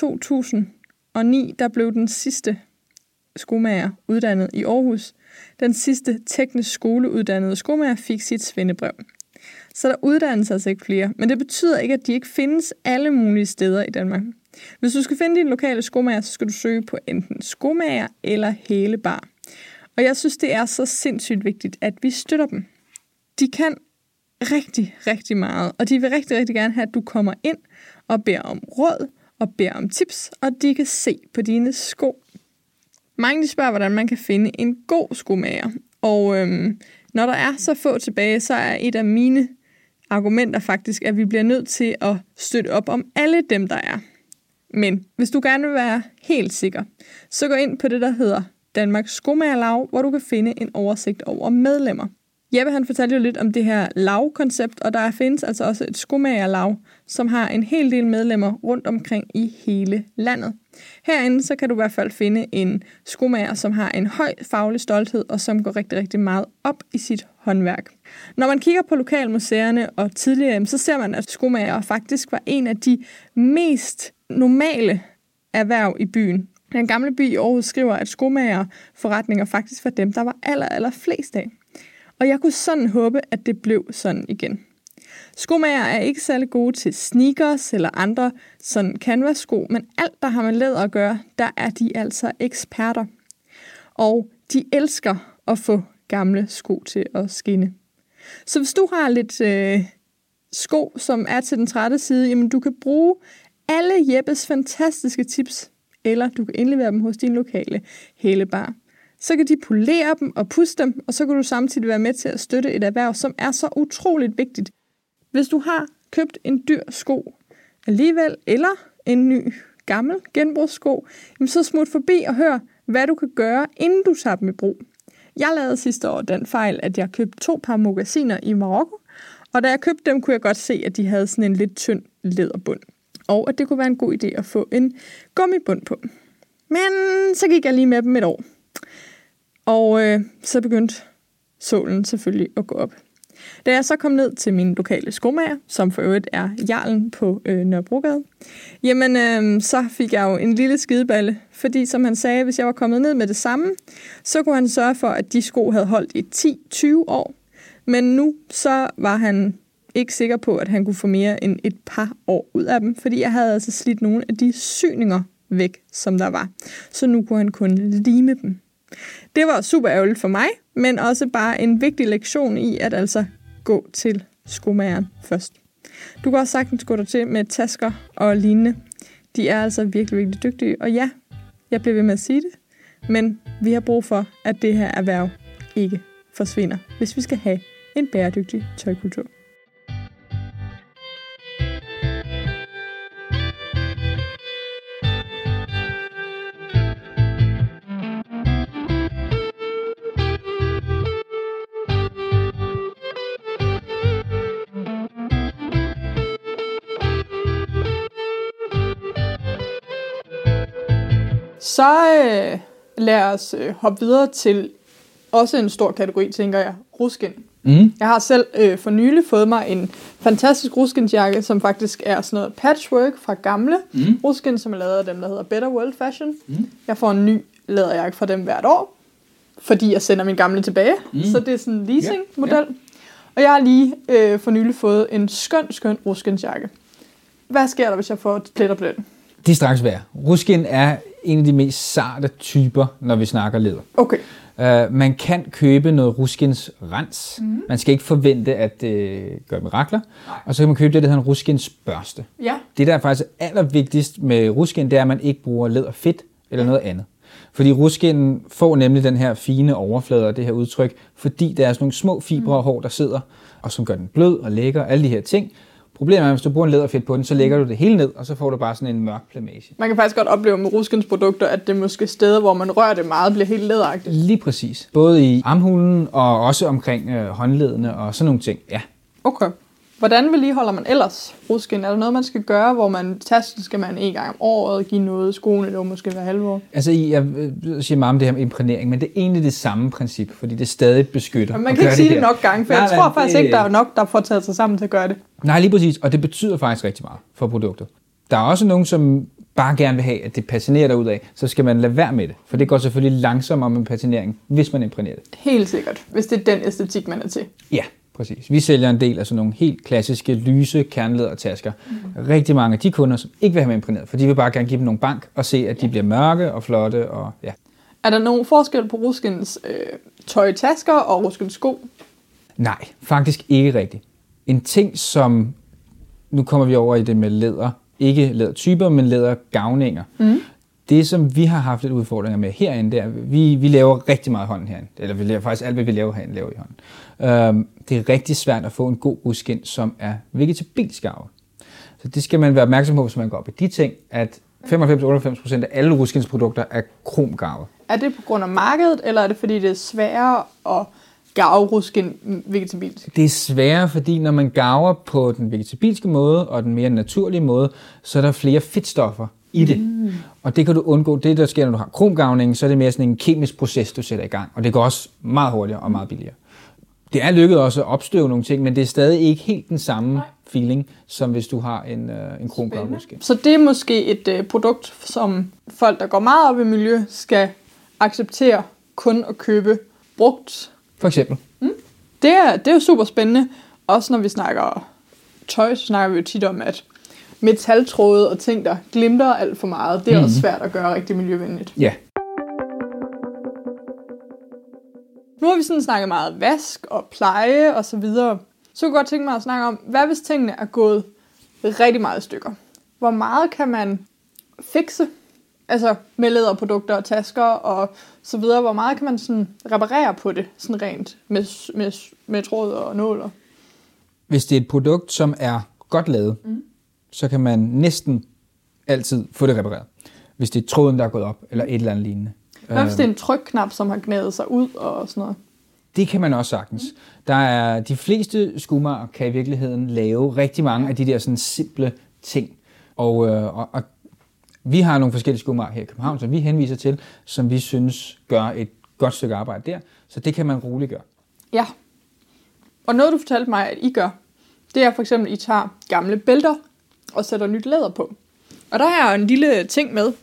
2009, der blev den sidste skomager uddannet i Aarhus. Den sidste teknisk skoleuddannede skomager fik sit svendebrev. Så der uddannes altså ikke flere, men det betyder ikke, at de ikke findes alle mulige steder i Danmark. Hvis du skal finde din lokale skomager, så skal du søge på enten skomager eller hælebar. Og jeg synes, det er så sindssygt vigtigt, at vi støtter dem. De kan rigtig, rigtig meget, og de vil rigtig, rigtig gerne have, at du kommer ind og beder om råd og beder om tips, og de kan se på dine sko. Mange de spørger, hvordan man kan finde en god skomager, og når der er så få tilbage, så er et af mine argumenter faktisk, at vi bliver nødt til at støtte op om alle dem, der er. Men hvis du gerne vil være helt sikker, så gå ind på det, der hedder Danmarks Skomagerlaug, hvor du kan finde en oversigt over medlemmer. Jeppe han fortalte jo lidt om det her lavkoncept, og der findes altså også et skomagerlaug, som har en hel del medlemmer rundt omkring i hele landet. Herinde så kan du i hvert fald finde en skomager, som har en høj faglig stolthed, og som går rigtig, rigtig meget op i sit håndværk. Når man kigger på lokalmuseerne og tidligere, så ser man, at skomager faktisk var en af de mest normale erhverv i byen. Den gamle by i Aarhus skriver, at skomagerforretninger faktisk var dem, der var aller flest af. Og jeg kunne sådan håbe, at det blev sådan igen. Skomager er ikke særlig gode til sneakers eller andre sådan canvas-sko, men alt, der har med læder at gøre, der er de altså eksperter. Og de elsker at få gamle sko til at skinne. Så hvis du har lidt sko, som er til den trætte side, jamen du kan bruge alle Jeppes fantastiske tips, eller du kan indlevere dem hos din lokale hælebar. Så kan de polere dem og puste dem, og så kan du samtidig være med til at støtte et erhverv, som er så utroligt vigtigt. Hvis du har købt en dyr sko alligevel, eller en ny gammel genbrugssko, så smut forbi og hør, hvad du kan gøre, inden du tager dem i brug. Jeg lavede sidste år den fejl, at jeg købte 2 par moccasiner i Marokko, og da jeg købte dem, kunne jeg godt se, at de havde sådan en lidt tynd læderbund, og at det kunne være en god idé at få en gummibund på. Men så gik jeg lige med dem et år. Og så begyndte sålen selvfølgelig at gå op. Da jeg så kom ned til min lokale skomager, som for øvrigt er Jarlen på Nørrebrogade, jamen så fik jeg jo en lille skideballe, fordi som han sagde, hvis jeg var kommet ned med det samme, så kunne han sørge for, at de sko havde holdt i 10-20 år. Men nu så var han ikke sikker på, at han kunne få mere end et par år ud af dem, fordi jeg havde altså slidt nogle af de syninger væk, som der var. Så nu kunne han kun lime dem. Det var super ærgerligt for mig, men også bare en vigtig lektion i at altså gå til skomageren først. Du kan også sagtens gå der til med tasker og lignende. De er altså virkelig, virkelig dygtige. Og ja, jeg bliver ved med at sige det, men vi har brug for, at det her erhverv ikke forsvinder, hvis vi skal have en bæredygtig tøjkultur. Så lad os hoppe videre til også en stor kategori, tænker jeg, ruskin. Jeg har selv for nylig fået mig en fantastisk ruskinsjakke, som faktisk er sådan noget patchwork fra gamle ruskin, som er lavet af dem, der hedder Better World Fashion. Jeg får en ny læderjakke fra dem hvert år, fordi jeg sender min gamle tilbage. Så det er sådan en leasing-model. Og jeg har lige for nylig fået en skøn ruskinsjakke. Hvad sker der, hvis jeg får pletter på den? Det er straks værd. Ruskin er en af de mest sarte typer, når vi snakker læder. Okay. Man kan købe noget ruskins rens. Man skal ikke forvente, at det gør mirakler. Og så kan man købe det, der hedder en ruskins børste. Ja. Det, der er faktisk allervigtigst med ruskin, det er, at man ikke bruger læderfedt eller noget andet. Fordi ruskinen får nemlig den her fine overflade og det her udtryk, fordi der er sådan nogle små fibre og hår, der sidder, og som gør den blød og lækker, alle de her ting. Problemet er, at hvis du bruger en læderfedt på den, så lægger du det hele ned, og så får du bare sådan en mørk plamage. Man kan faktisk godt opleve med ruskins produkter, at det måske steder, hvor man rører det meget, bliver helt læderagtigt. Lige præcis. Både i armhulen og også omkring håndledene og sådan nogle ting, ja. Okay. Hvordan vedligeholder man ellers ruskin? Er der noget, man skal gøre, hvor tasken skal man en gang om året give noget, skoene det måske hver halve år? Altså, jeg siger meget om det her med imprægnering, men det er egentlig det samme princip, fordi det stadig beskytter. Men man kan ikke sige det nok gange, for jeg tror faktisk ikke, der er nok, der får taget sig sammen til at gøre det. Nej, lige præcis, og det betyder faktisk rigtig meget for produktet. Der er også nogen, som bare gerne vil have, at det patinerer derudad, så skal man lade være med det, for det går selvfølgelig langsommere med patinering, hvis man imprægnerer det. Helt sikkert, hvis det er den æstetik, man er til. Ja, præcis. Vi sælger en del af sådan nogle helt klassiske, lyse kernelædertasker. Rigtig mange af de kunder, som ikke vil have dem imprægneret, for de vil bare gerne give dem nogle bank og se, at de bliver mørke og flotte. Og, ja. Er der nogen forskel på ruskens tøjtasker og ruskens sko? Nej, faktisk ikke rigtigt. En ting, som... Nu kommer vi over i det med læder. Ikke lædertyper, men lædergavninger. Det, som vi har haft lidt udfordringer med herinde, det er, vi laver rigtig meget hånden herinde. Eller vi laver faktisk alt, hvad vi laver herinde, laver i hånden. Det er rigtig svært at få en god ruskin, som er vegetabilsk garvet. Så det skal man være opmærksom på, hvis man går op i de ting, at 95-98% af alle ruskinsprodukter er kromgarvet. Er det på grund af markedet, eller er det fordi, det er sværere at garve ruskin vegetabilsk? Det er sværere, fordi når man garver på den vegetabilske måde og den mere naturlige måde, så er der flere fedtstoffer i det. Og det kan du undgå. Det, der sker, når du har kromgavning, så er det mere sådan en kemisk proces, du sætter i gang. Og det går også meget hurtigere og meget billigere. Det er lykkedes også at opstøve nogle ting, men det er stadig ikke helt den samme feeling, som hvis du har en kromgarvet ruskin. Så det er måske et produkt, som folk, der går meget op i miljø, skal acceptere kun at købe brugt. For eksempel. Det er jo super spændende. Også når vi snakker tøj, så snakker vi jo tit om, at metaltråde og ting, der glimter alt for meget, det er også svært at gøre rigtig miljøvenligt. Ja. Nu har vi sådan snakket meget vask og pleje og så videre. Så kunne jeg godt tænke mig at snakke om, hvad hvis tingene er gået rigtig meget i stykker? Hvor meget kan man fikse? Altså med læderprodukter og tasker og så videre. Hvor meget kan man sådan reparere på det, sådan rent med tråd og nåler? Hvis det er et produkt, som er godt lavet, så kan man næsten altid få det repareret. Hvis det er tråden, der er gået op, eller et eller andet lignende. Hvad hvis det er en trykknap, som har gnadet sig ud og sådan noget? Det kan man også sagtens. Der er de fleste skomager kan i virkeligheden lave rigtig mange af de der sådan simple ting. Og vi har nogle forskellige skomager her i København, som vi henviser til, som vi synes gør et godt stykke arbejde der. Så det kan man roligt gøre. Ja. Og noget, du fortalte mig, at I gør, det er for eksempel, at I tager gamle bælter og sætter nyt læder på. Og der er en lille ting med.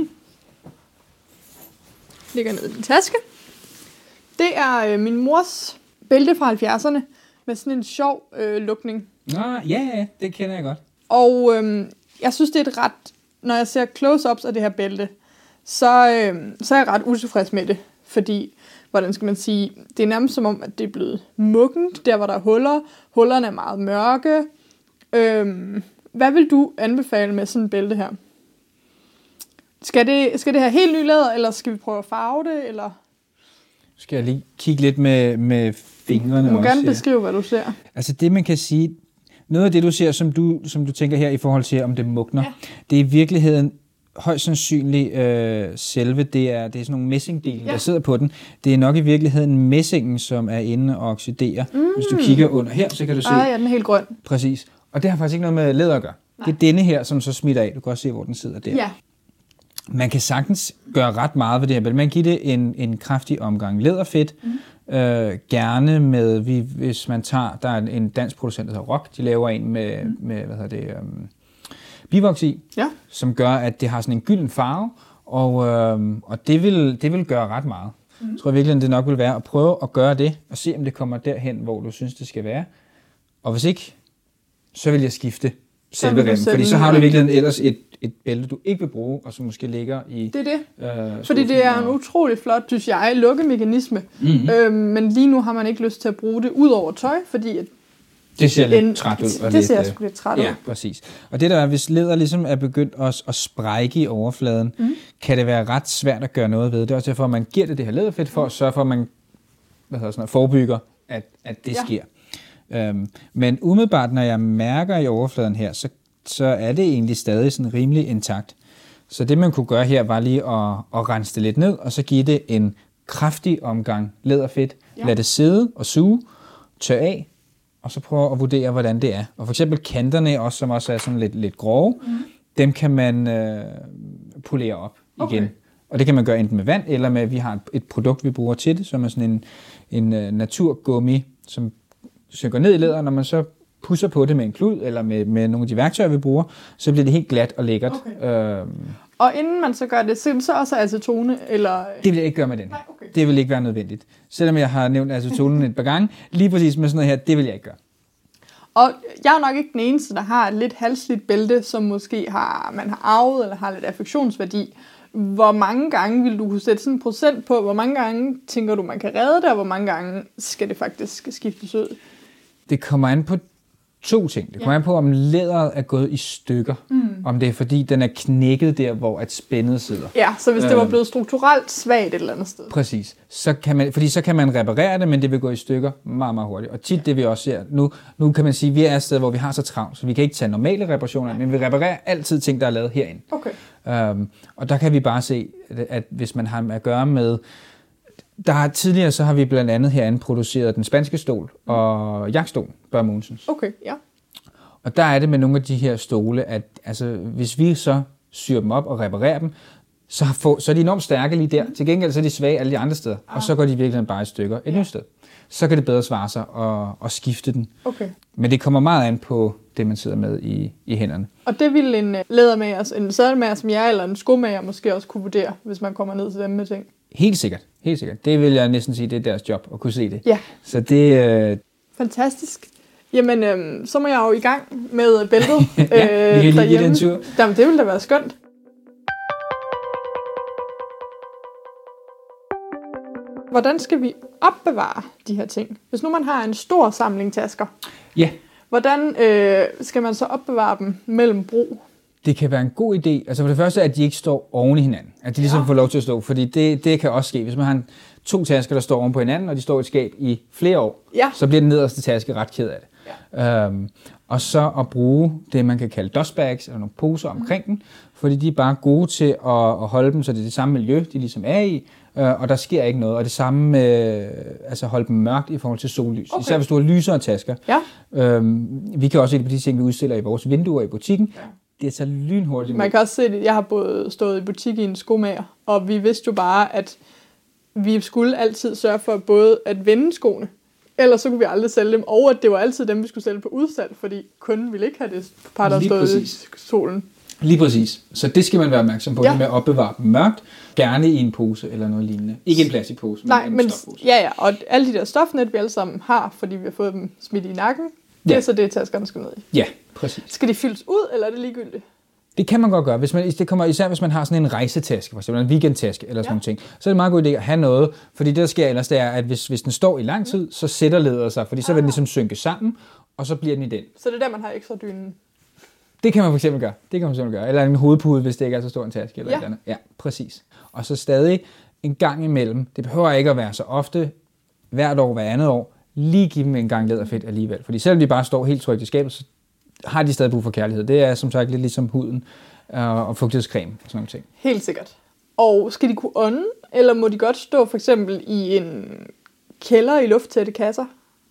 Ligger ned i min taske. Det er min mors bælte fra 70'erne med sådan en sjov lukning. Ja, det kender jeg godt. Og jeg synes, det er et ret... Når jeg ser close-ups af det her bælte, så er jeg ret utilfreds med det. Fordi, hvordan skal man sige, det er nærmest som om, at det er blevet muggent, der hvor der er huller. Hullerne er meget mørke. Hvad vil du anbefale med sådan en bælte her? Skal det have helt ny læder, eller skal vi prøve at farve det, eller... Skal jeg lige kigge lidt med fingrene også? Du må gerne beskrive, hvad du ser. Altså det, man kan sige... Noget af det, du ser, som du tænker her i forhold til, om det mugner, det er i virkeligheden højst sandsynligt selve, det er sådan nogle messingdele, der sidder på den. Det er nok i virkeligheden messingen, som er inde og oxiderer. Hvis du kigger under her, så kan du se... Ja, den er helt grøn. Præcis. Og det har faktisk ikke noget med læder at gøre. Nej. Det er denne her, som så smitter af. Du kan også se, hvor den sidder der. Ja. Man kan sagtens gøre ret meget ved det her bælte. Man kan give det en kraftig omgang læderfedt. Gerne med, hvis man tager, der er en dansk producent, der hedder Rock, de laver en med bivoks i, som gør, at det har sådan en gylden farve, og det vil gøre ret meget. Jeg tror virkelig, det nok vil være at prøve at gøre det, og se om det kommer derhen, hvor du synes, det skal være. Og hvis ikke, så vil jeg skifte selve remmen, fordi så har du virkelig ellers et bælte, du ikke vil bruge, og som måske ligger i... Det er det. Fordi det er en utrolig flot, synes jeg, lukkemekanisme. Men lige nu har man ikke lyst til at bruge det ud over tøj, fordi... Det ser lidt træt ud. Det ser sgu lidt træt ud. Ja, præcis. Og det der er, hvis læder ligesom er begyndt at sprække i overfladen, kan det være ret svært at gøre noget ved. Det er også derfor, at man giver det her læderfedt for at sørge for, at man forebygger, at det sker. Men umiddelbart, når jeg mærker i overfladen her, så er det egentlig stadig sådan rimelig intakt. Så det, man kunne gøre her, var lige at rense det lidt ned, og så give det en kraftig omgang læderfedt. Lad det sidde og suge, tør af, og så prøve at vurdere, hvordan det er. Og for eksempel kanterne, også, som også er sådan lidt grove, dem kan man polere op igen. Og det kan man gøre enten med vand, eller med, vi har et produkt, vi bruger til det, som er sådan en naturgummi, som går ned i læder, når man så pusser på det med en klud, eller med nogle af de værktøjer, vi bruger, så bliver det helt glat og lækkert. Okay. Og inden man så gør det, så også acetone, eller? Det vil jeg ikke gøre med den her. Okay. Det vil ikke være nødvendigt. Selvom jeg har nævnt acetonen et par gange, lige præcis med sådan noget her, det vil jeg ikke gøre. Og jeg er jo nok ikke den eneste, der har et lidt halvslidt bælte, som måske man har arvet, eller har lidt affektionsværdi. Hvor mange gange vil du kunne sætte sådan en procent på? Hvor mange gange tænker du, man kan redde det, og hvor mange gange skal det faktisk skiftes ud? Det kommer an på 2 ting. Det kommer an på, om læderet er gået i stykker. Om det er, fordi den er knækket der, hvor at spændet sidder. Ja, så hvis det var blevet strukturelt svagt et eller andet sted. Præcis. Så kan man reparere det, men det vil gå i stykker meget, meget hurtigt. Og tit det vi også ser, nu kan man sige, at vi er et sted, hvor vi har så travlt, så vi kan ikke tage normale reparationer, men vi reparerer altid ting, der er lavet herinde. Okay. Og der kan vi bare se, at hvis man har at gøre med... Tidligere så har vi blandt andet herinde produceret den spanske stol og jagtstol, Børge Mogensens. Okay, ja. Og der er det med nogle af de her stole, at altså, hvis vi så syr dem op og reparerer dem, så er de enormt stærke lige der. Til gengæld så er de svage alle de andre steder, og så går de virkelig bare i stykker et nyt sted. Så kan det bedre svare sig at skifte den. Okay. Men det kommer meget an på det, man sidder med i hænderne. Og det ville en lædermager, en sadelmager som jeg, eller en skomager måske også kunne vurdere, hvis man kommer ned til dem med ting? Helt sikkert. Helt sikkert. Det vil jeg næsten sige, det er deres job at kunne se det. Ja. Så det... Fantastisk. Jamen, så må jeg jo i gang med bæltet ja, vi kan lige give den tur. Jamen, det ville da være skønt. Hvordan skal vi opbevare de her ting? Hvis nu man har en stor samling tasker, hvordan skal man så opbevare dem mellem brug? Det kan være en god idé. Altså for det første, at de ikke står oven i hinanden. At de ligesom får lov til at stå. Fordi det kan også ske. Hvis man har 2 tasker, der står oven på hinanden, og de står i et skab i flere år, så bliver den nederste taske ret ked af det. Ja. Og så at bruge det, man kan kalde dustbags, eller nogle poser omkring den. Fordi de er bare gode til at holde dem, så det er det samme miljø, de ligesom er i. Og der sker ikke noget. Og det samme med altså holde dem mørkt i forhold til sollys. Okay. Især hvis du har lysere tasker. Ja. Vi kan også se det på de ting, vi udstiller i vores vinduer i butikken. Ja. Det er så lynhurtigt. Man kan også se det. Jeg har både stået i butik i en skomager, og vi vidste jo bare, at vi skulle altid sørge for både at vende skoene, ellers så kunne vi aldrig sælge dem, og at det var altid dem, vi skulle sælge på udsalg, fordi kunden ville ikke have det par, der stod i solen. Lige præcis. Så det skal man være opmærksom på, det med at opbevare dem mørkt, gerne i en pose eller noget lignende. Ikke en plastikpose, men en stofpose. Ja, og alle de der stofnet, vi alle sammen har, fordi vi har fået dem smidt i nakken, det er så det, taskerne skal ned i. Ja, præcis. Skal de fyldes ud, eller er det ligegyldigt? Det kan man godt gøre. Især hvis man har sådan en rejsetaske, for eksempel en weekendtaske eller sådan nogle ting, så er det en meget god idé at have noget, fordi det der sker ellers, det er, at hvis den står i lang tid, så sætter lederet sig, fordi så vil den ligesom synke sammen, og så bliver den i den. Så det er der, man har ekstra dynen? Det kan man for eksempel gøre. Eller en hovedpude, hvis det ikke er så stor en taske eller et eller andet. Ja, præcis. Og så stadig en gang imellem. Det behøver ikke at være så ofte, hvert år, hver andet år, lige give dem en gang læderfedt alligevel. Fordi selvom de bare står helt trygt i skabet, så har de stadig brug for kærlighed. Det er som sagt lidt ligesom huden og fugtighedscreme og sådan nogle ting. Helt sikkert. Og skal de kunne ånde, eller må de godt stå for eksempel i en kælder i lufttætte kasser?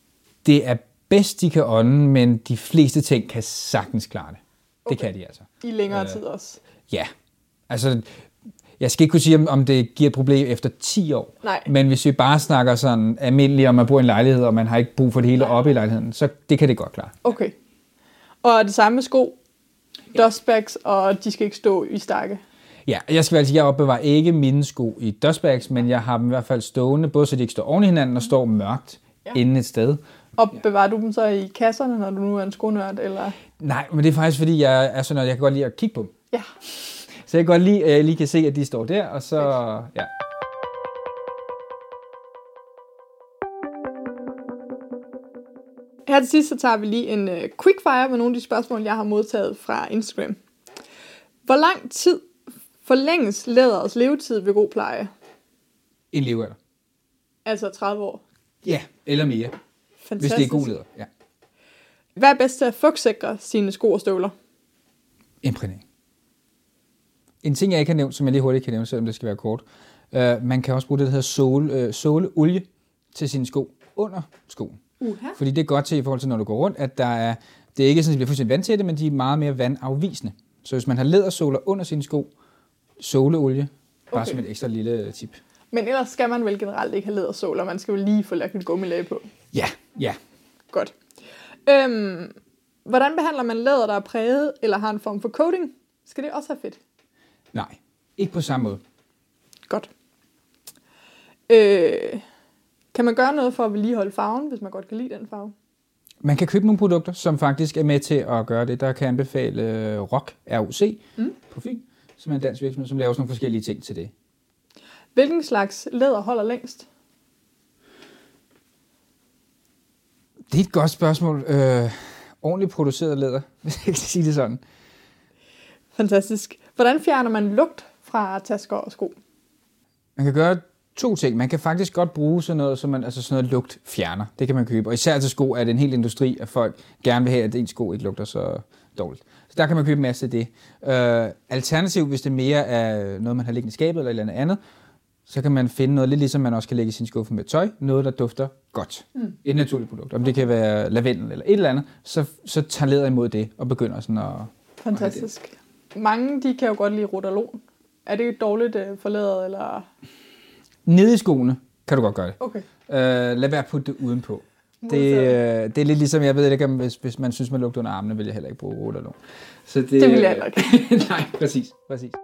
Det er bedst, de kan ånde, men de fleste ting kan sagtens klare det. Okay. Det kan de altså. I længere tid også? Ja. Altså, jeg skal ikke kunne sige, om det giver et problem efter 10 år. Nej. Men hvis vi bare snakker sådan almindeligt, om man bor i en lejlighed, og man har ikke brug for det hele oppe i lejligheden, så det kan det godt klare. Okay. Og det samme med sko, dustbags, og de skal ikke stå i stakke? Ja, jeg opbevarer ikke mine sko i dustbags, men jeg har dem i hvert fald stående, både så de ikke står oven i hinanden og står mørkt inde et sted. Og bevarer du dem så i kasserne, når du nu er en skonørd, eller? Nej, men det er faktisk, fordi jeg er sådan, at jeg kan godt lide at kigge på dem. Ja. Så jeg kan godt lide, at jeg lige kan se, at de står der, og så, ja. Her til sidst, så tager vi lige en quickfire med nogle af de spørgsmål, jeg har modtaget fra Instagram. Hvor lang tid forlænges læderets levetid ved god pleje? En levealder. Altså 30 år? Ja, eller mere. Fantastisk. Hvis det er god læder, ja. Hvad er bedst til at fugtsikre sine sko og støvler? Imprægnering. En ting, jeg ikke har nævnt, som jeg lige hurtigt kan nævne, selvom det skal være kort. Man kan også bruge det, der hedder såleolie til sine sko under skoen. Fordi det er godt til i forhold til, når du går rundt, at det er ikke sådan, at de bliver fuldstændig vandtætte, men de er meget mere vandafvisende. Så hvis man har lædersåler under sine sko, såleolie, bare som et ekstra lille tip. Men ellers skal man vel generelt ikke have lædersåler, man skal jo lige få lagt et gummilag på. Ja. Godt. Hvordan behandler man læder, der er præget eller har en form for coating? Skal det også have fedt? Nej, ikke på samme måde. Godt. Kan man gøre noget for at vedligeholde farven, hvis man godt kan lide den farve? Man kan købe nogle produkter, som faktisk er med til at gøre det. Der kan jeg anbefale ROC på Fyn, som er en dansk virksomhed, som laver sådan nogle forskellige ting til det. Hvilken slags læder holder længst? Det er et godt spørgsmål. Ordentligt produceret læder, hvis jeg kan sige det sådan. Fantastisk. Hvordan fjerner man lugt fra tasker og sko? Man kan gøre 2 ting. Man kan faktisk godt bruge sådan noget, sådan noget lugt fjerner. Det kan man købe. Og især til sko er det en hel industri, at folk gerne vil have, at ens sko ikke lugter så dårligt. Så der kan man købe en masse af det. Alternativt, hvis det mere er noget, man har liggende i skabet eller et eller andet, så kan man finde noget, lidt ligesom man også kan lægge i sin skuffe med tøj, noget, der dufter godt. Et naturligt produkt. Om det kan være lavendel eller et eller andet, så tager læder imod det og begynder sådan at... Fantastisk. Mange, de kan jo godt lide Rotalon. Er det dårligt for læderet, eller... Nede i skoene kan du godt gøre det. Okay. Lad være at putte det udenpå. Det er lidt ligesom, jeg ved ikke, hvis man synes, man lugter under armene, vil jeg heller ikke bruge Rotalon. Så det vil jeg heller ikke. Nej, præcis.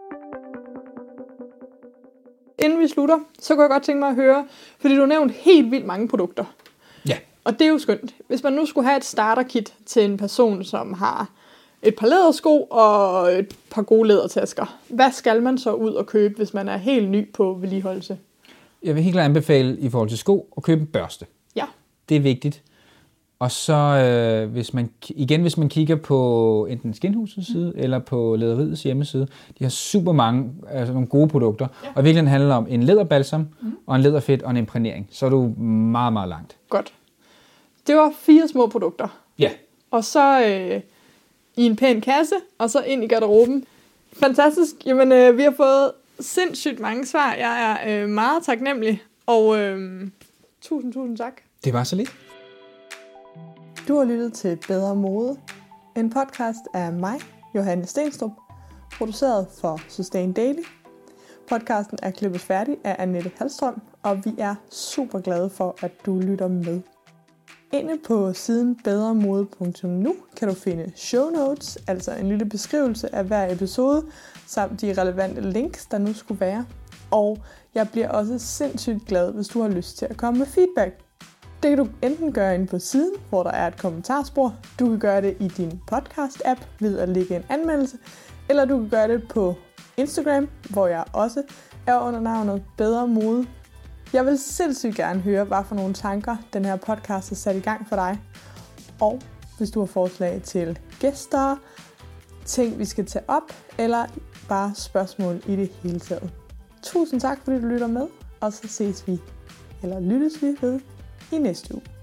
Inden vi slutter, så kunne jeg godt tænke mig at høre, fordi du har nævnt helt vildt mange produkter. Ja. Og det er jo skønt. Hvis man nu skulle have et starterkit til en person, som har et par lædersko og et par gode lædertasker, hvad skal man så ud og købe, hvis man er helt ny på vedligeholdelse? Jeg vil helt klart anbefale i forhold til sko at købe en børste. Ja. Det er vigtigt. Og så hvis man kigger på enten Skinhusets side eller på Læderiets hjemmeside, de har super mange, altså nogle gode produkter. Ja. Og virkelig handler om en læderbalsam og en læderfedt og en imprægnering. Så er du meget, meget langt. Godt. Det var 4 små produkter. Ja. Og så i en pæn kasse, og så ind i garderoben. Fantastisk. Jamen, vi har fået sindssygt mange svar. Jeg er meget taknemmelig, og tusind tak. Det var så lidt. Du har lyttet til Bedre Mode, en podcast af mig, Johanne Stenstrup, produceret for Sustain Daily. Podcasten er klippet færdig af Annette Hallstrøm, og vi er super glade for, at du lytter med. Inde på siden bedremode.nu kan du finde show notes, altså en lille beskrivelse af hver episode, samt de relevante links, der nu skulle være. Og jeg bliver også sindssygt glad, hvis du har lyst til at komme med feedback. Det kan du enten gøre inde på siden, hvor der er et kommentarspor. Du kan gøre det i din podcast-app ved at lægge en anmeldelse. Eller du kan gøre det på Instagram, hvor jeg også er under navnet Bedre Mode. Jeg vil sindssygt gerne høre, hvad for nogle tanker den her podcast har sat i gang for dig. Og hvis du har forslag til gæster, ting vi skal tage op, eller bare spørgsmål i det hele taget. Tusind tak, fordi du lytter med, og så ses vi, eller lyttes vi ved i næste uge.